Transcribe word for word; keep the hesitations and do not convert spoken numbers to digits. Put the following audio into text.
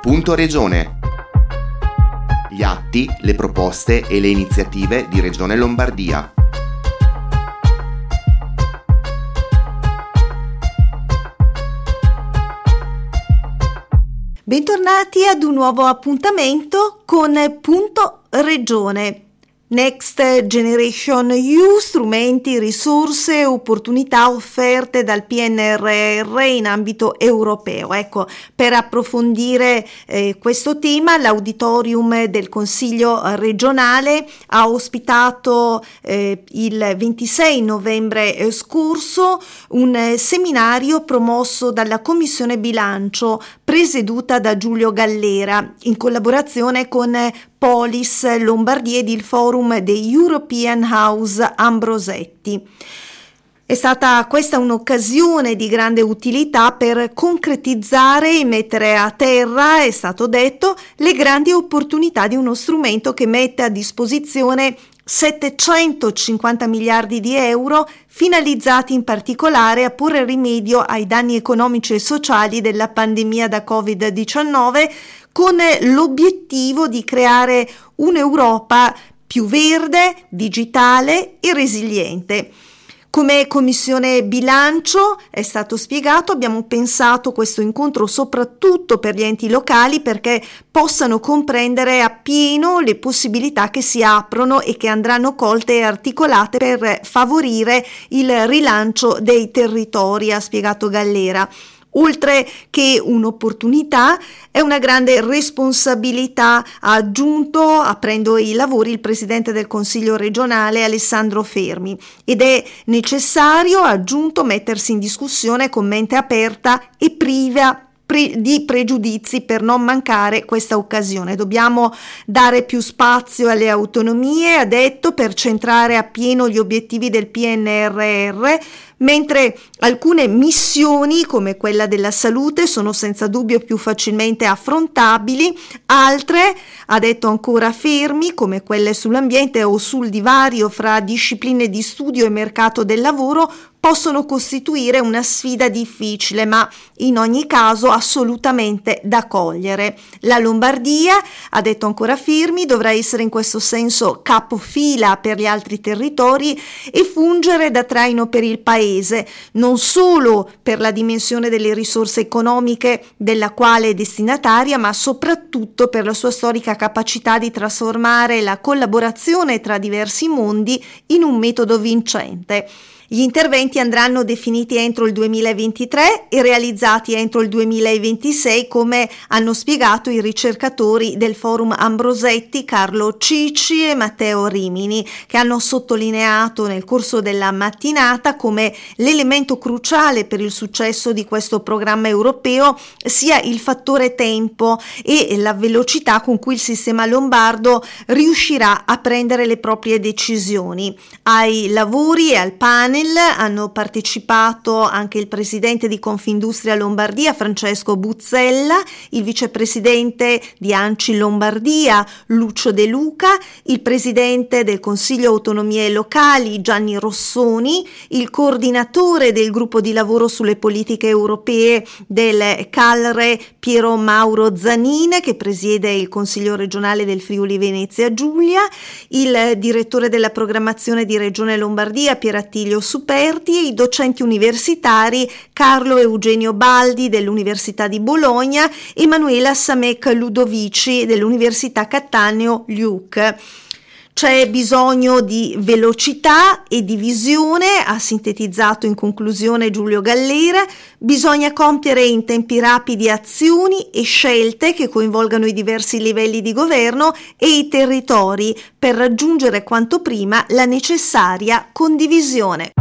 Punto Regione. Gli atti, le proposte e le iniziative di Regione Lombardia. Bentornati ad un nuovo appuntamento con Punto Regione. Next Generation E U, strumenti, risorse, opportunità offerte dal P N R R in ambito europeo. Ecco, per approfondire eh, questo tema, l'auditorium del Consiglio regionale ha ospitato eh, il ventisei novembre scorso un eh, seminario promosso dalla Commissione Bilancio, presieduta da Giulio Gallera, in collaborazione con eh, Polis Lombardia ed il forum dei European House Ambrosetti. È stata questa un'occasione di grande utilità per concretizzare e mettere a terra, è stato detto, le grandi opportunità di uno strumento che mette a disposizione settecentocinquanta miliardi di euro, finalizzati in particolare a porre rimedio ai danni economici e sociali della pandemia da covid diciannove, con l'obiettivo di creare un'Europa più verde, digitale e resiliente. Come Commissione Bilancio, è stato spiegato, abbiamo pensato questo incontro soprattutto per gli enti locali perché possano comprendere appieno le possibilità che si aprono e che andranno colte e articolate per favorire il rilancio dei territori, ha spiegato Gallera. Oltre che un'opportunità, è una grande responsabilità, ha aggiunto, aprendo i lavori, il Presidente del Consiglio regionale Alessandro Fermi, ed è necessario, ha aggiunto, mettersi in discussione con mente aperta e priva di pregiudizi per non mancare questa occasione. Dobbiamo dare più spazio alle autonomie, ha detto, per centrare appieno gli obiettivi del P N R R, mentre alcune missioni come quella della salute sono senza dubbio più facilmente affrontabili, altre, ha detto ancora Fermi, come quelle sull'ambiente o sul divario fra discipline di studio e mercato del lavoro, possono costituire una sfida difficile, ma in ogni caso assolutamente da cogliere. La Lombardia, ha detto ancora Fermi, dovrà essere in questo senso capofila per gli altri territori e fungere da traino per il Paese, non solo per la dimensione delle risorse economiche della quale è destinataria, ma soprattutto per la sua storica capacità di trasformare la collaborazione tra diversi mondi in un metodo vincente. Gli interventi andranno definiti entro il duemilaventitré e realizzati entro il duemilaventisei, come hanno spiegato i ricercatori del Forum Ambrosetti Carlo Cicci e Matteo Rimini, che hanno sottolineato nel corso della mattinata come l'elemento cruciale per il successo di questo programma europeo sia il fattore tempo e la velocità con cui il sistema lombardo riuscirà a prendere le proprie decisioni. Ai lavori e al panel hanno partecipato anche il presidente di Confindustria Lombardia Francesco Buzzella, il vicepresidente di ANCI Lombardia Lucio De Luca, il presidente del Consiglio Autonomie Locali Gianni Rossoni, il coordinatore del gruppo di lavoro sulle politiche europee del CALRE Piero Mauro Zanin, che presiede il Consiglio regionale del Friuli Venezia Giulia, il direttore della programmazione di Regione Lombardia Pier Attilio Superti e i docenti universitari Carlo Eugenio Baldi dell'Università di Bologna e Emanuela Samek Ludovici dell'Università Cattaneo Luc. C'è bisogno di velocità e di visione, ha sintetizzato in conclusione Giulio Gallera. Bisogna compiere in tempi rapidi azioni e scelte che coinvolgano i diversi livelli di governo e i territori per raggiungere quanto prima la necessaria condivisione.